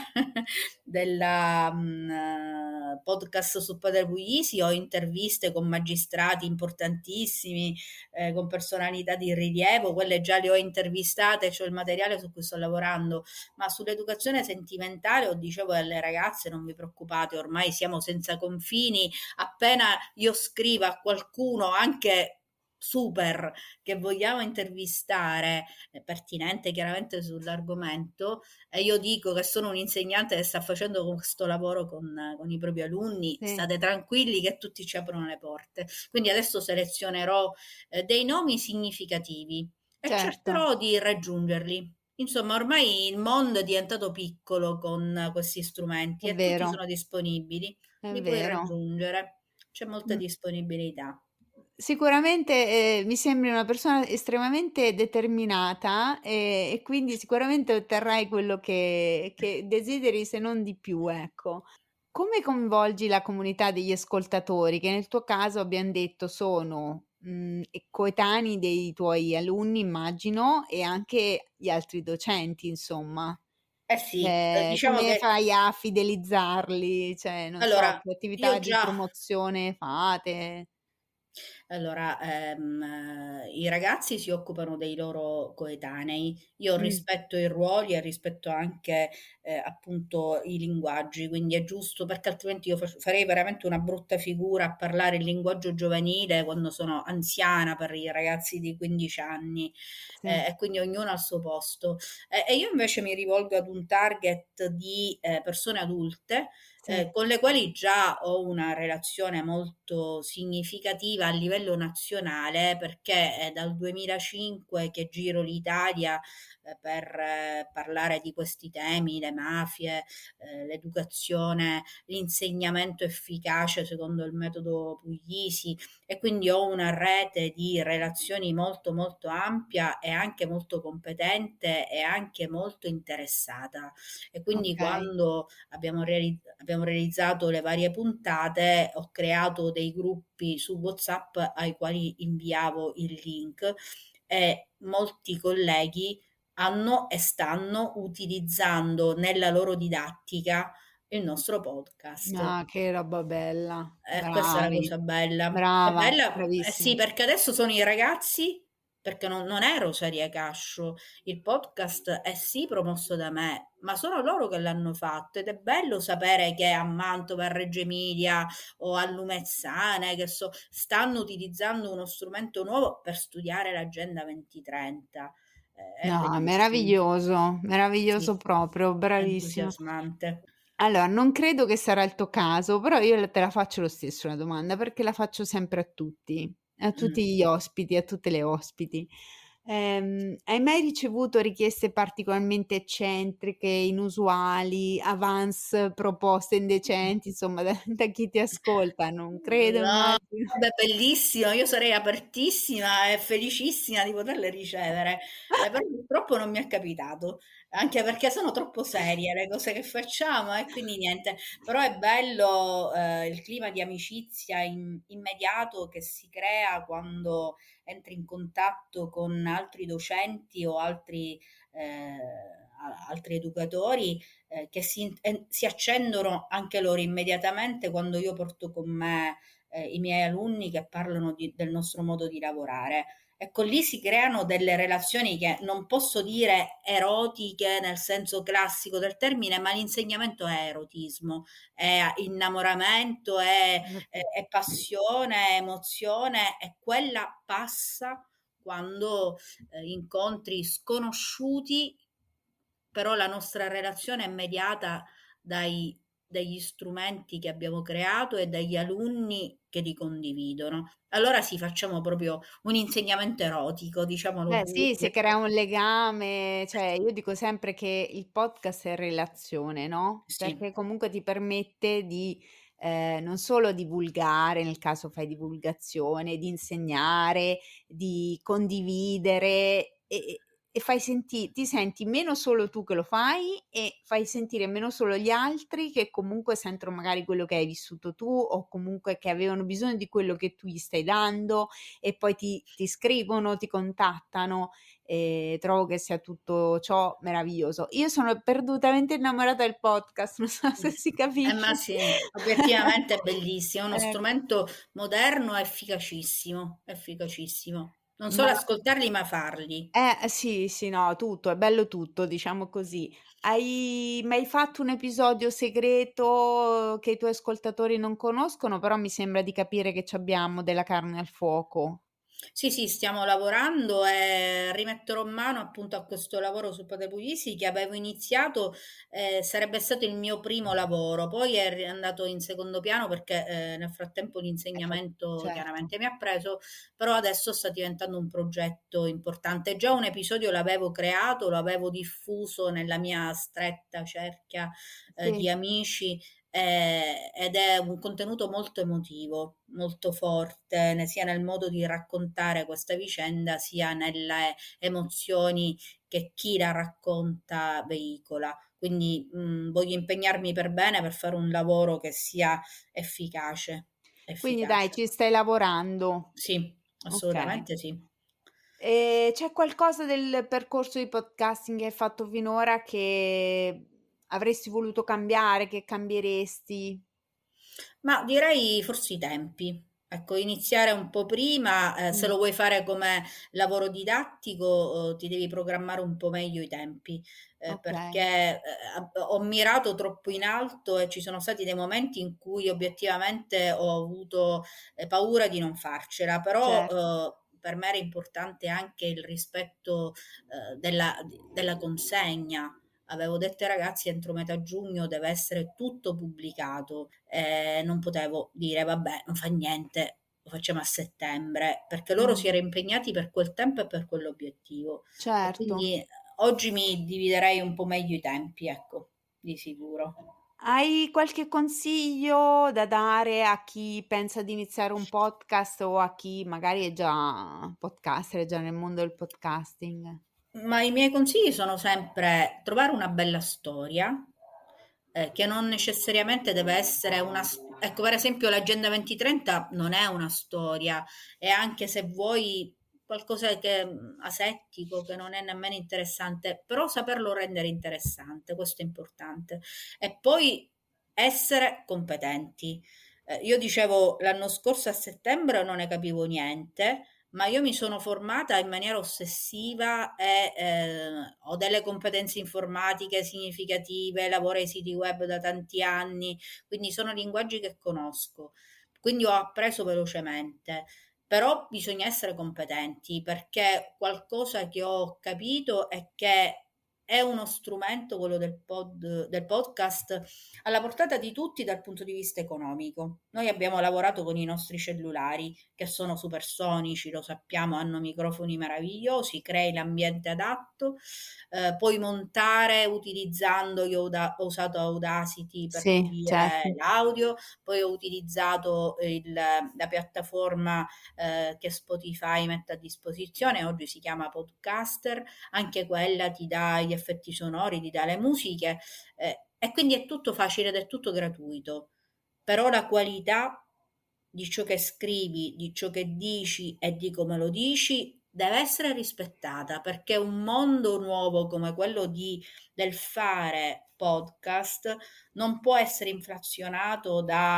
della podcast su Padre Puglisi ho interviste con magistrati importantissimi, con personalità di rilievo, quelle già le ho intervistate, c'ho il materiale su cui sto lavorando, ma sull'educazione sentimentale o dicevo alle ragazze non vi preoccupate, ormai siamo senza confini, appena io scrivo a qualcuno anche super che vogliamo intervistare, pertinente chiaramente sull'argomento, e io dico che sono un insegnante che sta facendo questo lavoro con i propri alunni, Sì, state tranquilli che tutti ci aprono le porte. Quindi adesso selezionerò dei nomi significativi. e certo, cercherò di raggiungerli. Insomma, ormai il mondo è diventato piccolo con questi strumenti e tutti sono disponibili, è li puoi vero. raggiungere, c'è molta Mh. disponibilità. Sicuramente, mi sembri una persona estremamente determinata, e quindi sicuramente otterrai quello che desideri, se non di più, ecco. Come coinvolgi la comunità degli ascoltatori, che nel tuo caso abbiam detto sono, coetanei dei tuoi alunni immagino, e anche gli altri docenti insomma. Eh sì, diciamo Come che fai a fidelizzarli? Cioè, non so, allora che attività io di già promozione fate? Allora, i ragazzi si occupano dei loro coetanei. Io Mh, rispetto i ruoli e rispetto anche, appunto i linguaggi, quindi è giusto perché altrimenti io farei veramente una brutta figura a parlare il linguaggio giovanile quando sono anziana per i ragazzi di 15 anni, sì, e quindi ognuno al suo posto. E io invece mi rivolgo ad un target di, persone adulte, sì. con le quali già ho una relazione molto significativa a livello nazionale, perché è dal 2005 che giro l'Italia per parlare di questi temi, le mafie, l'educazione, l'insegnamento efficace secondo il metodo Puglisi, e quindi ho una rete di relazioni molto molto ampia e anche molto competente e anche molto interessata. E quindi Okay. quando abbiamo realizzato le varie puntate, ho creato dei gruppi su WhatsApp ai quali inviavo il link, e molti colleghi hanno e stanno utilizzando nella loro didattica il nostro podcast. Ah, che roba bella. Questa è la Bravi. cosa bella. È Brava, bella, eh sì, bravissima. perché adesso sono i ragazzi, perché non è Rosaria Cascio, il podcast è sì promosso da me, ma sono loro che l'hanno fatto, ed è bello sapere che a Mantova, a Reggio Emilia o a Lumezzane, stanno utilizzando uno strumento nuovo per studiare l'Agenda 2030. È No, bellissimo. meraviglioso, Sì, meraviglioso proprio, è bravissimo. entusiasmante. Allora, non credo che sarà il tuo caso, però io te la faccio lo stesso una domanda, perché la faccio sempre a Mm. tutti gli ospiti, a tutte le ospiti. Hai mai ricevuto richieste particolarmente eccentriche, inusuali, avance, proposte indecenti, insomma, da chi ti ascolta? Non credo, No, immagino. vabbè, bellissimo, io sarei apertissima e felicissima di poterle ricevere, però purtroppo non mi è capitato, anche perché sono troppo serie le cose che facciamo e quindi niente, però è bello il clima di amicizia immediato che si crea quando entri in contatto con altri docenti o altri educatori, che si accendono anche loro immediatamente quando io porto con me i miei alunni che parlano del nostro modo di lavorare. Ecco, lì si creano delle relazioni che non posso dire erotiche nel senso classico del termine, ma l'insegnamento è erotismo, è innamoramento, è passione, è emozione, e quella passa quando incontri sconosciuti, però la nostra relazione è mediata dagli strumenti che abbiamo creato e dagli alunni che li condividono. Allora sì, facciamo proprio un insegnamento erotico, diciamolo Beh sì, si pure. crea un legame, cioè io dico sempre che il podcast è relazione, no, Sì. perché comunque ti permette di, non solo divulgare, nel caso fai divulgazione, di insegnare, di condividere, e fai ti senti meno solo tu che lo fai, e fai sentire meno solo gli altri che comunque sentono magari quello che hai vissuto tu, o comunque che avevano bisogno di quello che tu gli stai dando, e poi ti scrivono, ti contattano, e trovo che sia tutto ciò meraviglioso. Io sono perdutamente innamorata del podcast, non so se si Ma capisce. sì, obiettivamente è bellissimo, è uno Ecco, strumento moderno e efficacissimo, efficacissimo. Non solo ma ascoltarli, ma farli. sì, sì, no, tutto, è bello tutto, diciamo così. Hai mai fatto un episodio segreto che i tuoi ascoltatori non conoscono, però mi sembra di capire che c'abbiamo della carne al fuoco? Sì, sì, stiamo lavorando e rimetterò mano appunto a questo lavoro su Padre Puglisi che avevo iniziato, sarebbe stato il mio primo lavoro, poi è andato in secondo piano perché nel frattempo l'insegnamento Certo. chiaramente mi ha preso, però adesso sta diventando un progetto importante. Già un episodio l'avevo creato, lo avevo diffuso nella mia stretta cerchia di Sì. amici ed è un contenuto molto emotivo, molto forte, sia nel modo di raccontare questa vicenda, sia nelle emozioni che chi la racconta veicola. Quindi voglio impegnarmi per bene per fare un lavoro che sia efficace. Quindi dai, Efficace. ci stai lavorando. Sì, Okay. assolutamente sì. C'è qualcosa del percorso di podcasting che hai fatto finora che avresti voluto cambiare, che cambieresti? Ma direi forse i tempi. Ecco, iniziare un po' prima, se Mh, lo vuoi fare come lavoro didattico, ti devi programmare un po' meglio i tempi, perché okay, ho mirato troppo in alto e ci sono stati dei momenti in cui obiettivamente ho avuto paura di non farcela, però certo. per me era importante anche il rispetto della consegna. Avevo detto ai ragazzi entro metà giugno deve essere tutto pubblicato, non potevo dire vabbè, non fa niente, lo facciamo a settembre, perché loro Mh, si erano impegnati per quel tempo e per quell'obiettivo. E certo. quindi oggi mi dividerei un po' meglio i tempi, ecco, di sicuro. Hai qualche consiglio da dare a chi pensa di iniziare un podcast o a chi magari è già podcaster, è già nel mondo del podcasting? Ma i miei consigli sono sempre trovare una bella storia, che non necessariamente deve essere ecco, per esempio l'Agenda 2030 non è una storia, e anche se vuoi qualcosa che asettico, che non è nemmeno interessante, però saperlo rendere interessante, questo è importante. E poi essere competenti. Io dicevo l'anno scorso a settembre non ne capivo niente, ma io mi sono formata in maniera ossessiva e ho delle competenze informatiche significative, lavoro ai siti web da tanti anni, quindi sono linguaggi che conosco, quindi ho appreso velocemente. Però bisogna essere competenti perché qualcosa che ho capito è che è uno strumento, quello del podcast, alla portata di tutti dal punto di vista economico. Noi abbiamo lavorato con i nostri cellulari, che sono supersonici, lo sappiamo, hanno microfoni meravigliosi, crei l'ambiente adatto, puoi montare utilizzando, ho usato Audacity per Sì, pulire certo. l'audio, poi ho utilizzato la piattaforma che Spotify mette a disposizione, oggi si chiama Podcaster, anche quella ti dà gli effetti sonori, ti dà le musiche, e quindi è tutto facile ed è tutto gratuito. Però la qualità di ciò che scrivi, di ciò che dici e di come lo dici deve essere rispettata perché un mondo nuovo come quello del fare podcast non può essere inflazionato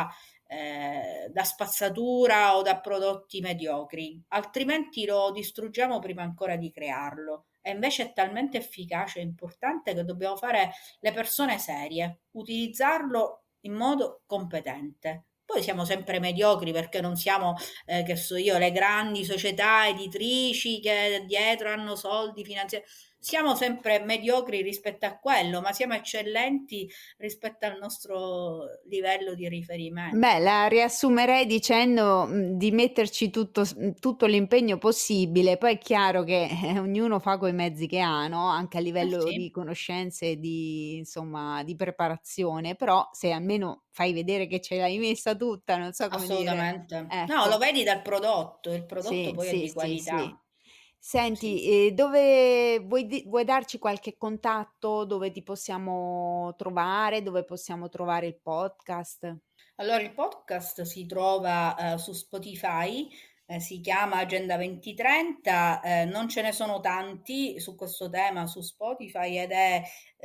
da spazzatura o da prodotti mediocri, altrimenti lo distruggiamo prima ancora di crearlo. E invece è talmente efficace e importante che dobbiamo fare le persone serie, utilizzarlo in modo competente. Poi siamo sempre mediocri perché non siamo, che so io, le grandi società editrici che dietro hanno soldi finanziari. Siamo sempre mediocri rispetto a quello, ma siamo eccellenti rispetto al nostro livello di Beh, riferimento. la riassumerei dicendo, di metterci tutto l'impegno possibile, poi è chiaro che, ognuno fa coi mezzi che ha, no, anche a Eh livello sì, di conoscenze e di insomma, di preparazione, però se almeno fai vedere che ce l'hai messa tutta, non so come dire, assolutamente. No, lo ecco. vedi dal prodotto, il prodotto Sì, poi è sì, di sì, sì. qualità. Sì. Senti, dove vuoi darci qualche contatto dove ti possiamo trovare, dove possiamo trovare il podcast? Allora, il podcast si trova su Spotify, si chiama Agenda 2030, non ce ne sono tanti su questo tema su Spotify ed è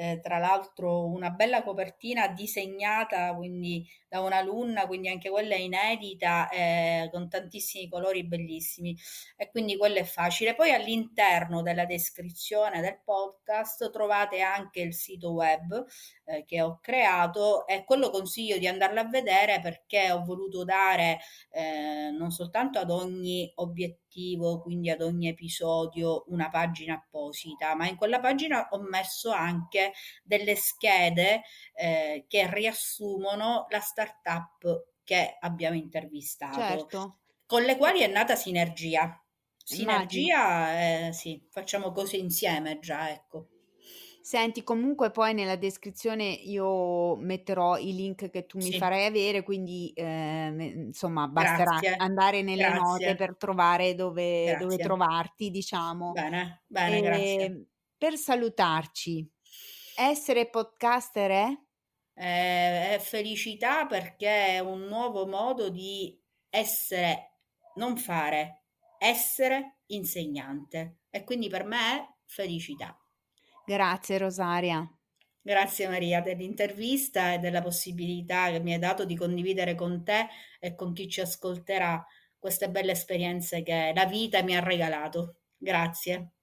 tra l'altro una bella copertina disegnata quindi da un'alunna, quindi anche quella inedita, con tantissimi colori bellissimi, e quindi quello è facile. Poi all'interno della descrizione del podcast trovate anche il sito web che ho creato, e quello consiglio di andarlo a vedere, perché ho voluto dare non soltanto ad ogni obiettivo, quindi ad ogni episodio, una pagina apposita, ma in quella pagina ho messo anche delle schede che riassumono la startup che abbiamo intervistato, Certo, con le e quali è nata Sinergia. immagino. Sinergia, sì, facciamo cose insieme già, ecco. Senti, comunque poi nella descrizione io metterò i link che tu mi Sì, farai avere, quindi insomma basterà grazie, andare nelle note grazie, per trovare dove grazie. trovarti, diciamo. Bene, bene, grazie. E per salutarci, essere podcaster è? È felicità, perché è un nuovo modo di essere, non fare, essere insegnante. E quindi per me è felicità. Grazie Rosaria. Grazie Maria dell'intervista e della possibilità che mi hai dato di condividere con te e con chi ci ascolterà queste belle esperienze che la vita mi ha regalato. Grazie.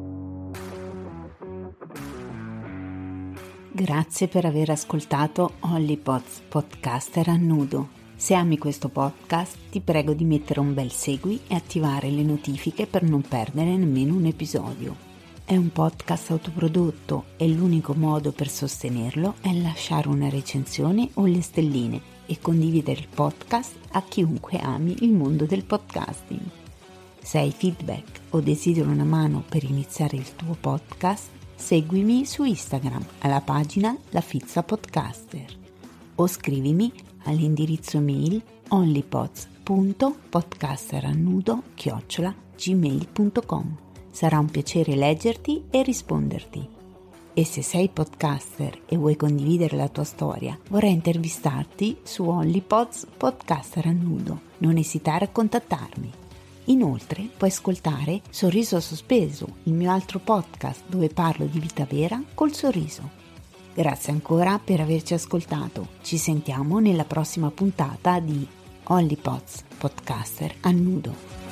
Grazie per aver ascoltato Hollypods Podcaster a nudo. Se ami questo podcast, ti prego di mettere un bel segui e attivare le notifiche per non perdere nemmeno un episodio. È un podcast autoprodotto e l'unico modo per sostenerlo è lasciare una recensione o le stelline e condividere il podcast a chiunque ami il mondo del podcasting. Se hai feedback o desideri una mano per iniziare il tuo podcast, seguimi su Instagram alla pagina La Fizza Podcaster o scrivimi all'indirizzo mail onlypods.podcasterannudo@gmail.com. Sarà un piacere leggerti e risponderti. E se sei podcaster e vuoi condividere la tua storia, vorrei intervistarti su Hollypods Podcaster a nudo. Non esitare a contattarmi. Inoltre puoi ascoltare Sorriso Sospeso, il mio altro podcast dove parlo di vita vera col sorriso. Grazie ancora per averci ascoltato. Ci sentiamo nella prossima puntata di Hollypods Podcaster a nudo.